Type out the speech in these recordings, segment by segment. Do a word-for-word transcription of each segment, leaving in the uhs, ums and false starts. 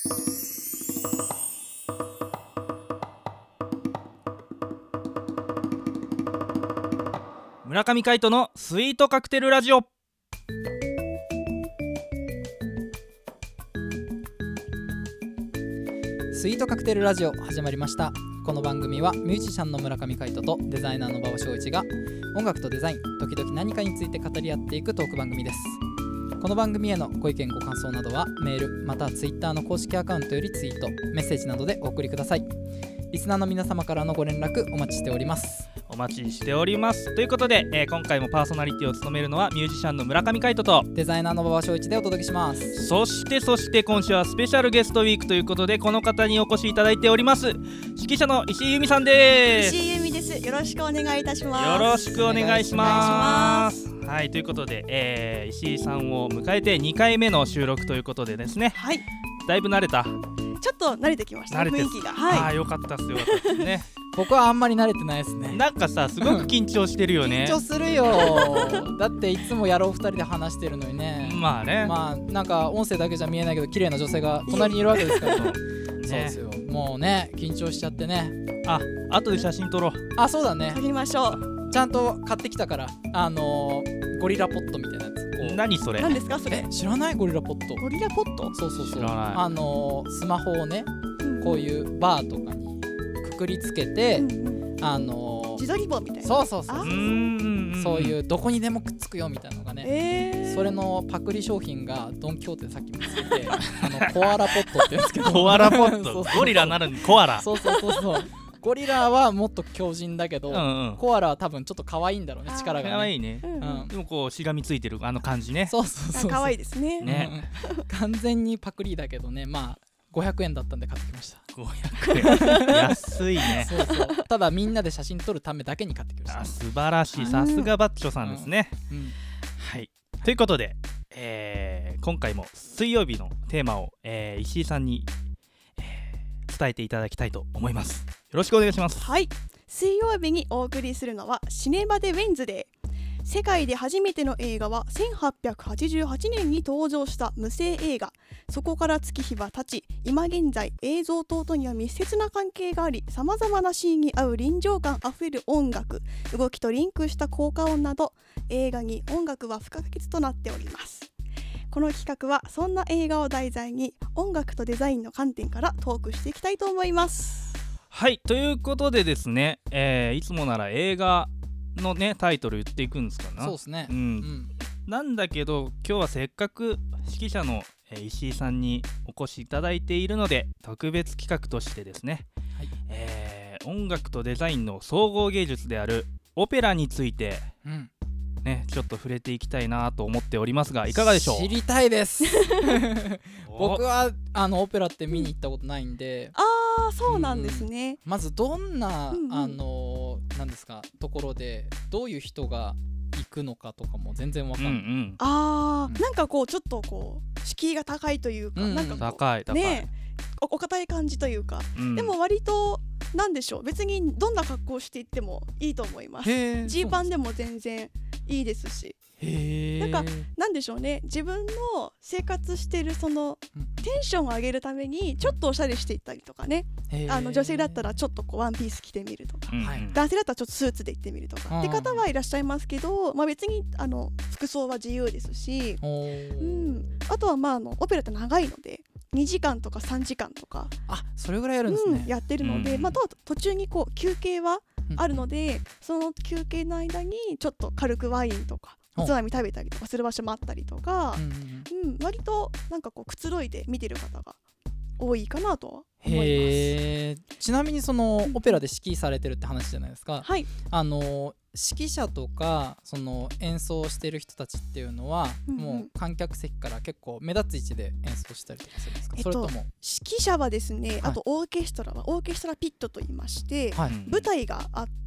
村上海人のスイートカクテルラジオ。 スイートカクテルラジオ始まりました。この番組はミュージシャンの村上海人とデザイナーの馬場翔一が音楽とデザイン、時々何かについて語り合っていくトーク番組です。この番組へのご意見ご感想などはメールまたはツイッターの公式アカウントよりツイート、メッセージなどでお送りください。リスナーの皆様からのご連絡お待ちしております。 お待ちしております。ということで、えー、今回もパーソナリティを務めるのはミュージシャンの村上海人とデザイナーの馬場翔一でお届けします。 そしてそして今週はスペシャルゲストウィークということで、この方にお越しいただいております。指揮者の石井由美さんです。 石井由美です。よろしくお願いいたします。 よろしくお願いします。はい、ということで、えー、石井さんを迎えてにかいめの収録ということでですね、 はい、 だいぶ慣れた？ ちょっと慣れてきました、ね、雰囲気が、はい、 ああよかったっすよかったですね僕はあんまり慣れてないですね。 なんかさ、すごく緊張してるよね緊張するよだっていつもやろうふたりで話してるのにね。 まあね、 まあなんか音声だけじゃ見えないけど綺麗な女性が隣にいるわけですからそうですよ、もうね緊張しちゃってね。 あ、後で写真撮ろう。 あ、そうだね、 撮りましょう。 ちゃんと買ってきたから、あのー、ゴリラポットみたいなやつ。 何それ？ 何ですかそれ？ 知らない？ゴリラポット。 ゴリラポット？ そうそうそう。 知らない。 あのー、スマホをね、うん、こういうバーとかにくくりつけて、うんうん、あのー、 自撮り棒みたいな。 そうそうそう。うーん、 そういうどこにでもくっつくよみたいなのがね。 えー、 それのパクリ商品がドンキホーテでさっき見つけて、あのコアラポットって言うんですけど。 コアラポット。 そうそうそう、 ゴリラなるにコアラ。 そうそうそうそう。ゴリラはもっと強靭だけど、うんうん、コアラは多分ちょっと可愛いんだろうね、力がね。 可愛いね、うんうん、でもこうしがみついてるあの感じね。 そうそうそうそう、 可愛いですね。 ね、 うん、完全にパクリだけどね、まあごひゃくえんだったんで買ってきました。 ごひゃくえん安いねそうそう、ただみんなで写真撮るためだけに買ってきました。 あ、素晴らしい、さすがバッチョさんですね、うんうん、はい、ということで、えー、今回も水曜日のテーマを、えー、石井さんに、えー、伝えていただきたいと思います。よろしくお願いします。 はい、水曜日にお送りするのはシネマでウェンズデー。世界で初めての映画はせんはっぴゃくはちじゅうはちねんに登場した無声映画。そこから月日は経ち、今現在映像等とには密接な関係があり、さまざまなシーンに合う臨場感あふれる音楽、動きとリンクした効果音など、映画に音楽は不可欠となっております。この企画はそんな映画を題材に音楽とデザインの観点からトークしていきたいと思います。 はい、ということでですね、えー、いつもなら映画のねタイトル言っていくんですかな。 そうですね、 うんうん、なんだけど今日はせっかく指揮者の、えー、石井さんにお越しいただいているので、特別企画としてですね、はい、えー、音楽とデザインの総合芸術であるオペラについて、うんね、ちょっと触れていきたいなと思っておりますが、いかがでしょう？ 知りたいです僕はあのオペラって見に行ったことないんで。 ああ、そうなんですね、 うん、まずどんな、 うんうん、 あのなんですかところでどういう人が行くのかとかも全然わかんない、うんうん、 あー、うん、なんかこうちょっとこう敷居が高いというか、うん、なんかこう高い高い、 ね、お, お堅い感じというか、うん、でも割となんでしょう、別にどんな格好していってもいいと思います。ジーパンでも全然いいですし、 へなんかなんでしょうね、自分の生活してるそのテンションを上げるためにちょっとおしゃれしていったりとかね、あの女性だったらちょっとこうワンピース着てみるとか、はい、男性だったらちょっとスーツで行ってみるとかって方はいらっしゃいますけど、まあ、別にあの服装は自由ですし、うん、あとはまああのオペラって長いのでにじかんとかさんじかんとか、 あ、それぐらいやるんですね、 うん、やってるので、うん、まあ、途中にこう休憩はあるので、うん、その休憩の間にちょっと軽くワインとかおつまみ食べたりとかする場所もあったりとか、うんうん、割となんかこうくつろいで見てる方が多いかなとは思います。 へー、ちなみにそのオペラで指揮されてるって話じゃないですか、 はい、あの指揮者とかその演奏してる人たちっていうのは、うんうん、もう観客席から結構目立つ位置で演奏したりとかするんですか、えっと、それとも指揮者はですね、はい、あとオーケストラはオーケストラピットと言いまして、はい、舞台があっ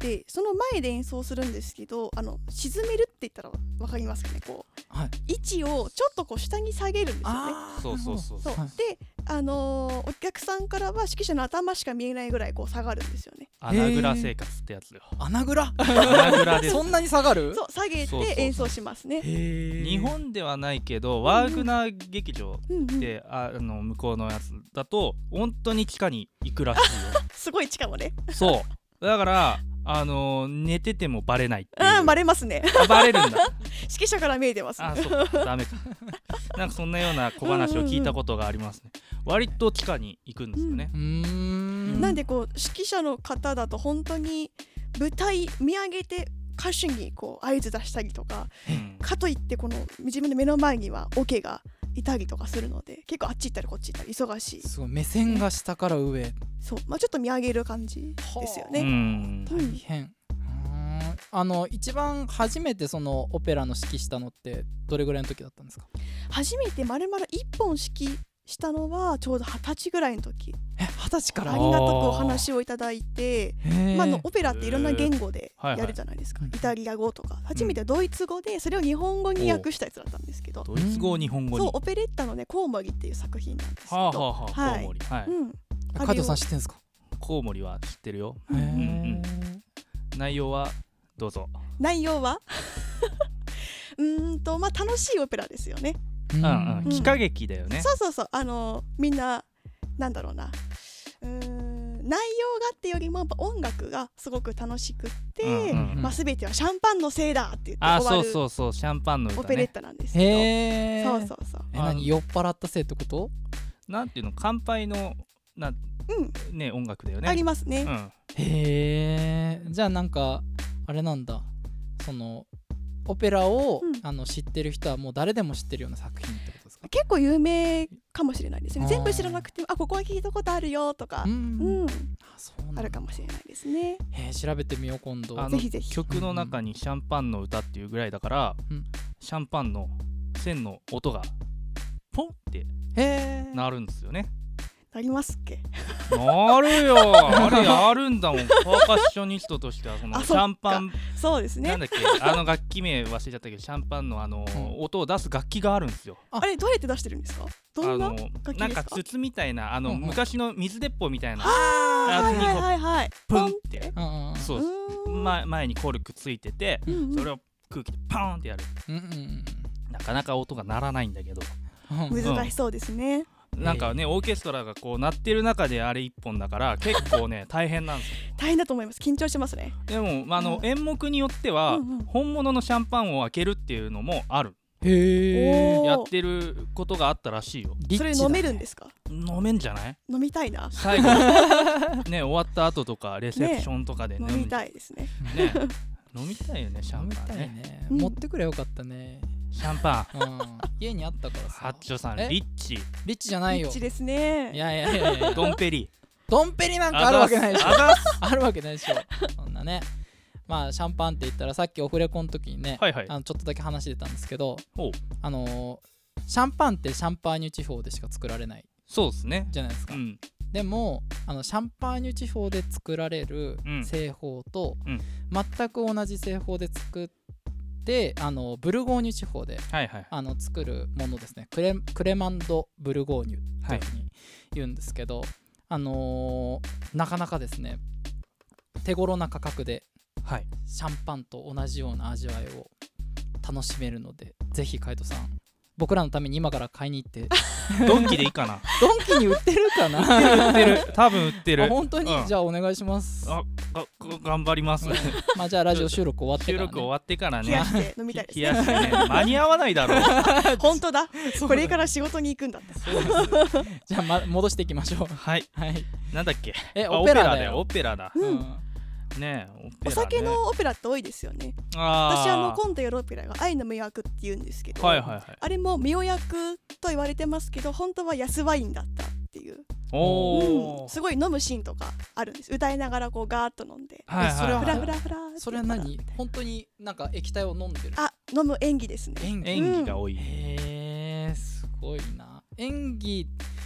でその前で演奏するんですけど、あの沈めるって言ったら分かりますかね、こう、 はい、 位置をちょっとこう下に下げるんですよね。 あそうそうそうそう、 はいで、あのーお客さんからは指揮者の頭しか見えないぐらいこう下がるんですよね。 穴蔵生活ってやつよ。 穴蔵穴蔵です。 そんなに下がる？ そう下げそうそうそうて演奏しますね。 へー日本ではないけどワーグナー劇場うんうん、 で、ああの向こうのやつだと本当に地下に行くらしいよ。 すごい地下もね。 そうだからあのー寝ててもバレないっていう。 あーバレますね。 あバレるんだ。 指揮者から見えてますね。 あそうかダメか。なんかそんなような小話を聞いたことがありますね。割と地下に行くんですよね。 うーんなんでこう指揮者の方だと本当に舞台見上げて歌手にこう合図出したりとか、 うんかといってこの自分の目の前にはオケがいたりとかするので、結構あっち行ったりこっち行ったり忙しい。 すごい目線が下から上、 そう、まあ、ちょっと見上げる感じですようね。 んうん大変。うーんあの一番初めてそのオペラの指揮したのってどれぐらいの時だったんですか？ 初めて丸々一本指揮したのはちょうど二十歳ぐらいの時。 え二十歳からありがたくお話をいただいて、 へーまあ、あのオペラっていろんな言語ではいはいやるじゃないですか、 うんイタリア語とか初めてドイツ語でそれを日本語に訳したやつだったんですけど、 ドイツ語を日本語に。 そうオペレッタのねコウモリっていう作品なんですけど、 はあはあはあ、 はいコウモリ。はい。 うん、 海藤さん知ってんすか？ コウモリは知ってるよ。 へーん内容はどうぞ。 内容はうーんとまあ楽しいオペラですよね。 うんうんうん。 うん幾何劇だよね。 そうそうそう、あのみんななんだろうな、うーん内容がってよりもやっぱ音楽がすごく楽しくって、 うんうんうんまあ、全てはシャンパンのせいだって言ってあそう終わるそうそうシャンパンの歌ね。 オペレッタなんですけど、 へーそうそうそう、 え何酔っ払ったせいってこと？ なんていうの乾杯のなうん、 ね音楽だよね。 ありますね、 うん。 へえ。じゃあなんかあれなんだ、そのオペラを、 うんあの知ってる人はもう誰でも知ってるような作品ってことですか？ 結構有名かもしれないですね。 あー全部知らなくてもあここは聞いたことあるよとかう、 うんん、 あそうなんだあるかもしれないですね。 へー調べてみよう今度。 あのぜひぜひ曲の中にシャンパンの歌っていうぐらいだから、 うんシャンパンの線の音がポンってへえ。 なるんですよね。 なりますっけ？ なるよ。あれやるんだもん。パーカッショニストとしてはそのあシャンパンそうですね。 なんだっけあの楽器名忘れちゃったけどシャンパンのあの、 うん音を出す楽器があるんですよ。 あれどうやって出してるんですか？どんなあの楽器ですか？ なんか筒みたいなあの、 うんうん昔の水鉄砲みたいなあーはいはいはいはい。 プンっポンってて。 うんうんうんそううーん前前にコルクついてて、 うんうんそれを空気でパーンってやる。 うんうんなかなか音が鳴らないんだけど、 うんうん難しそうですね。 なんかねオーケストラがこう鳴ってる中であれ一本だから結構ね大変なんですよ。 大変だと思います。緊張しますね。 でも、まあ、あのうん演目によっては、 うんうん本物のシャンパンを開けるっていうのもある。 へえ。 おーやってることがあったらしいよ。 それ飲めるんですか？ 飲めんじゃない？ 飲みたいな。 最後ね終わった後とかレセプションとかで飲みたいいですね。 ね飲みたいよねシャ飲みたいンパンね。 ね、 うん持ってくれよかったね。 シャンパンうん家にあったからさ。 ハッチョさんえリッチリッチじゃないよ。 リッチですね。 いやいやいやいやドンペリドンペリなんかあるわけないでしょ。 あざっすあるわけないでしょ。そんなね。まあシャンパンって言ったらさっきオフレコの時にね、 はいはいあのちょっとだけ話出たんですけど、 おうあのーシャンパンってシャンパーニュ地方でしか作られないそうですねじゃないですか。 うんでもあのシャンパーニュ地方で作られるうん製法と、 うん全く同じ製法で作ってあのブルゴーニュ地方ではいはいあの作るものですね。クレクレマンド・ブルゴーニュというふうに言うんですけど、あのーなかなかですね手頃な価格ではいシャンパンと同じような味わいを楽しめるので、ぜひカイトさん僕らのために今から買いに行ってドンキでいいかなドンキに売ってるかな売ってる多分売ってるあ本当に、 うんじゃあお願いします。 あがが頑張りますうんまあじゃあラジオ収録終わってから、ね、 収録終わってからね冷やして飲みたいです冷ね。 やしてね間に合わないだろう本当だ。 そうこれから仕事に行くんだった。 そうですじゃあ、ま、戻していきましょう。 はいはい。 なんだっけえあオペラだよオペラだうんうんねえオペラねお酒のオペラって多いですよね。 あー私あの今度やるオペラが愛の無役って言うんですけど、 はいはいはいあれも無役と言われてますけど本当は安ワインだったっていう、 おおうん、すごい飲むシーンとかあるんです。歌いながらこうガーッと飲んで、 はいはいえそれはフラフラフラってそれは何本当になんか液体を飲んでるあ飲む演技ですね。 演技演技が多いへえすごいな。演技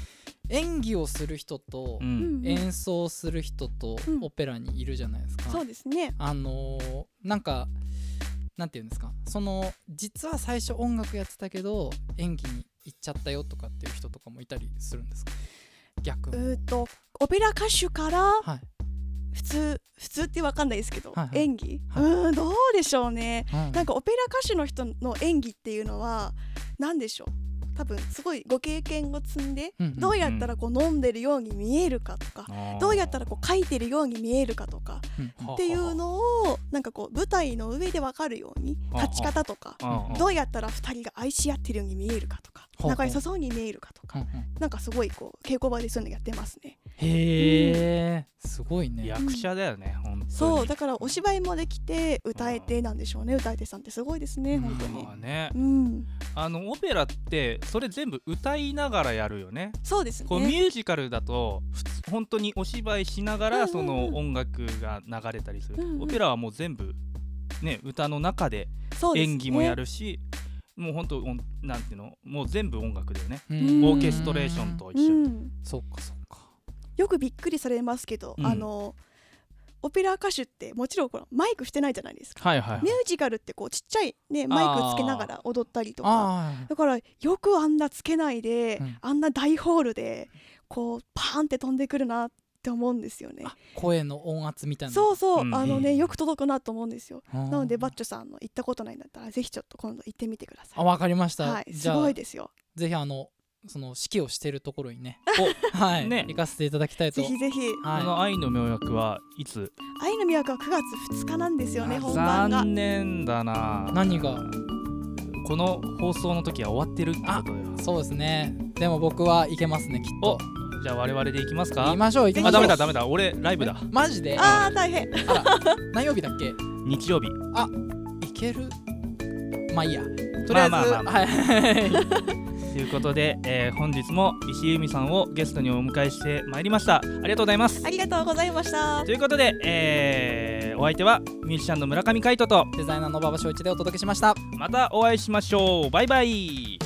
演技をする人と、 ううんん演奏する人とうんオペラにいるじゃないですか、 そうですね。 あのーなんかなんていうんですか、その実は最初音楽やってたけど演技に行っちゃったよとかっていう人とかもいたりするんですか？逆うーとオペラ歌手からはい、 普通普通って分かんないですけど、 はいはい演技、 はいうーんどうでしょうね。 うんなんかオペラ歌手の人の演技っていうのは何でしょう、多分すごいご経験を積んで、 うんうんどうやったらこう飲んでるように見えるかとか、どうやったらこう書いてるように見えるかとかうんっていうのをなんかこう舞台の上で分かるようにはあ立ち方とか、 うんうんどうやったらふたりが愛し合ってるように見えるかとか、 ほうほう仲良さそうに見えるかとか、 うんうんなんかすごいこう稽古場でそういうのやってますね。 へえ、すごいね。 役者だよね、本当に。 そうだからお芝居もできて歌えてなんでしょうね。歌い手さんってすごいですね、本当にま。あね、 うん、 あのオペラってそれ全部歌いながらやるよね。 そうですね。 こうミュージカルだと普通本当にお芝居しながうんうんうんらその音楽が流れたりする、 うんうんオペラはもう全部ね歌の中でそうですね演技もやるし、もう本当音なんていうのもう全部音楽だよね。 うんオーケストレーションと一緒に、 うん、 そうかそうか。 よくびっくりされますけど、 うんあのオペラ歌手ってもちろんこのマイクしてないじゃないですか。 はいはいはいミュージカルってこうちっちゃい、ね、マイクつけながら踊ったりとか、 ああ、 だからよくあんなつけないで、 うんあんな大ホールでこうパーンって飛んでくるなって思うんですよね。 あ声の音圧みたいな。 そうそう、 うんあのねよく届くなと思うんですよ。 ななのでバッチョさんの行ったことないんだったらぜひちょっと今度行ってみてください。 あ、わかりました。 はい、すじゃあごいですよ。 ぜひあのその指揮をしているところにね、はい、 ね行かせていただきたいと。 ぜひぜひ。 はいこの愛の妙薬はいつ？ 愛の都はくがつふつかなんですよね、本番が。 残念だな。 何が？ この放送の時は終わってるってことだよ。 そうですね。でも僕は行けますね、きっと。 じゃあ我々で行きますか？ 行きましょう行きまあ、 しょう。 ダメだダメだ、俺ライブだ。 マジで？ あー大変。 あら、何曜日だっけ？ 日曜日。 行ける？まあいいや。とりあえず、 まあまあまあまあはい。 ということで、えー本日も石井由美さんをゲストにお迎えしてまいりました。ありがとうございます。 ありがとうございました。 ということで、えーお相手はミュージシャンの村上海人と、 デザイナーの馬場翔一でお届けしました。 またお会いしましょう。バイバイ。